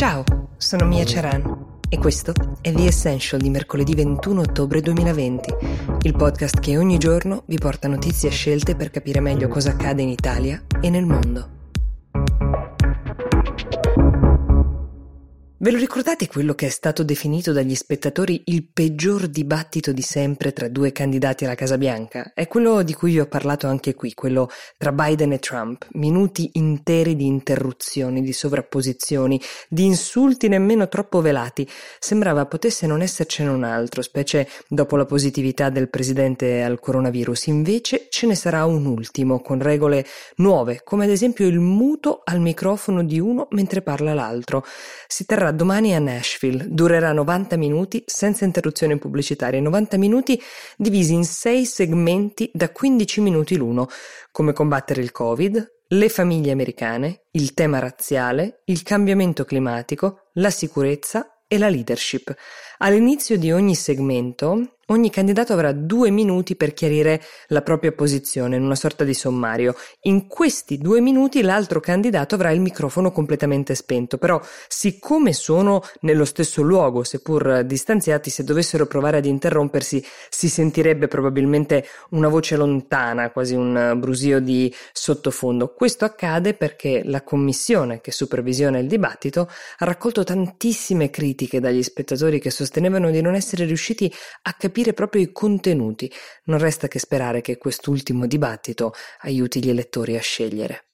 Ciao, sono Mia Ceran e questo è The Essential di mercoledì 21 ottobre 2020, il podcast che ogni giorno vi porta notizie scelte per capire meglio cosa accade in Italia e nel mondo. Ve lo ricordate quello che è stato definito dagli spettatori il peggior dibattito di sempre tra due candidati alla Casa Bianca? È quello di cui vi ho parlato anche qui, quello tra Biden e Trump. Minuti interi di interruzioni, di sovrapposizioni, di insulti nemmeno troppo velati. Sembrava potesse non essercene un altro, specie dopo la positività del presidente al coronavirus. Invece ce ne sarà un ultimo, con regole nuove, come ad esempio il muto al microfono di uno mentre parla l'altro. Si terrà domani a Nashville, durerà 90 minuti senza interruzioni pubblicitarie, 90 minuti divisi in 6 segmenti da 15 minuti l'uno, come combattere il Covid, le famiglie americane, il tema razziale, il cambiamento climatico, la sicurezza e la leadership. All'inizio di ogni segmento, ogni candidato avrà 2 minuti per chiarire la propria posizione in una sorta di sommario. In questi 2 minuti l'altro candidato avrà il microfono completamente spento, però siccome sono nello stesso luogo, seppur distanziati, se dovessero provare ad interrompersi si sentirebbe probabilmente una voce lontana, quasi un brusio di sottofondo. Questo accade perché la commissione che supervisiona il dibattito ha raccolto tantissime critiche dagli spettatori che sostenevano di non essere riusciti a capire proprio i contenuti. Non resta che sperare che quest'ultimo dibattito aiuti gli elettori a scegliere.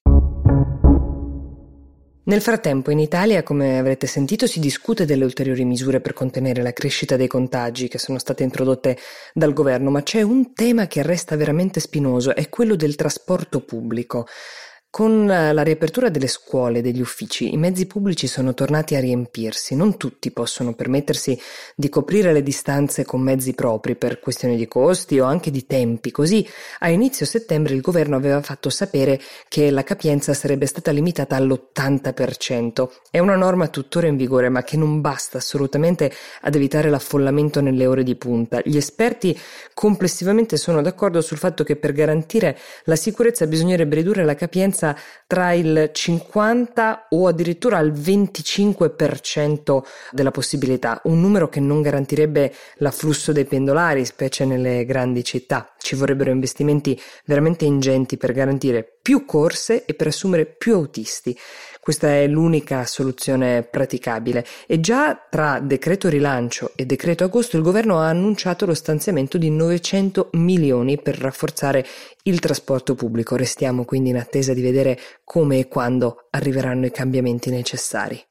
Nel frattempo in Italia, come avrete sentito, si discute delle ulteriori misure per contenere la crescita dei contagi che sono state introdotte dal governo, ma c'è un tema che resta veramente spinoso, è quello del trasporto pubblico. Con la riapertura delle scuole e degli uffici, i mezzi pubblici sono tornati a riempirsi. Non tutti possono permettersi di coprire le distanze con mezzi propri per questioni di costi o anche di tempi. Così, a inizio settembre, il governo aveva fatto sapere che la capienza sarebbe stata limitata all'80%. È una norma tuttora in vigore, ma che non basta assolutamente ad evitare l'affollamento nelle ore di punta. Gli esperti complessivamente sono d'accordo sul fatto che per garantire la sicurezza bisognerebbe ridurre la capienza tra il 50 o addirittura al 25% della possibilità, un numero che non garantirebbe l'afflusso dei pendolari, specie nelle grandi città. Ci vorrebbero investimenti veramente ingenti per garantire più corse e per assumere più autisti. Questa è l'unica soluzione praticabile e già tra decreto rilancio e decreto agosto il governo ha annunciato lo stanziamento di 900 milioni per rafforzare il trasporto pubblico. Restiamo quindi in attesa di vedere come e quando arriveranno i cambiamenti necessari.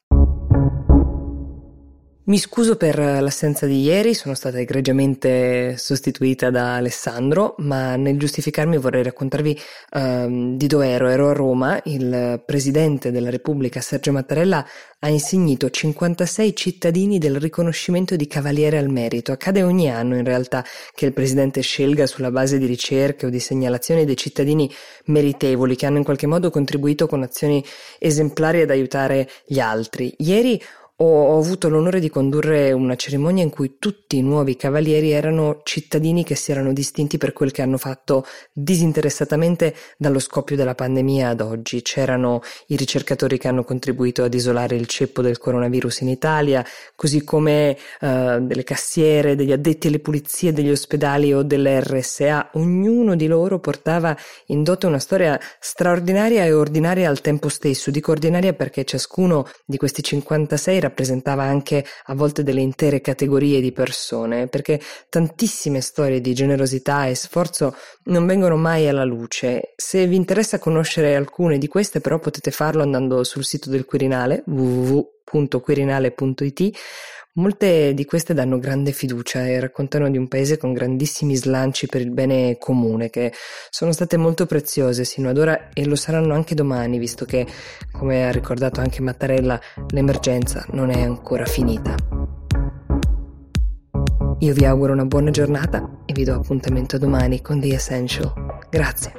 Mi scuso per l'assenza di ieri, sono stata egregiamente sostituita da Alessandro, ma nel giustificarmi vorrei raccontarvi di dove ero. Ero a Roma, il Presidente della Repubblica Sergio Mattarella ha insignito 56 cittadini del riconoscimento di Cavaliere al Merito. Accade ogni anno in realtà che il Presidente scelga sulla base di ricerche o di segnalazioni dei cittadini meritevoli che hanno in qualche modo contribuito con azioni esemplari ad aiutare gli altri. Ieri ho avuto l'onore di condurre una cerimonia in cui tutti i nuovi cavalieri erano cittadini che si erano distinti per quel che hanno fatto disinteressatamente dallo scoppio della pandemia ad oggi. C'erano i ricercatori che hanno contribuito ad isolare il ceppo del coronavirus in Italia, così come delle cassiere, degli addetti alle pulizie degli ospedali o delle RSA. Ognuno di loro portava in dote una storia straordinaria e ordinaria al tempo stesso. Dico ordinaria perché ciascuno di questi 56 rappresentava anche a volte delle intere categorie di persone, perché tantissime storie di generosità e sforzo non vengono mai alla luce. Se vi interessa conoscere alcune di queste, però, potete farlo andando sul sito del Quirinale, www.quirinale.it. Molte di queste danno grande fiducia e raccontano di un paese con grandissimi slanci per il bene comune, che sono state molto preziose sino ad ora e lo saranno anche domani, visto che, come ha ricordato anche Mattarella, l'emergenza non è ancora finita. Io vi auguro una buona giornata e vi do appuntamento domani con The Essential. Grazie.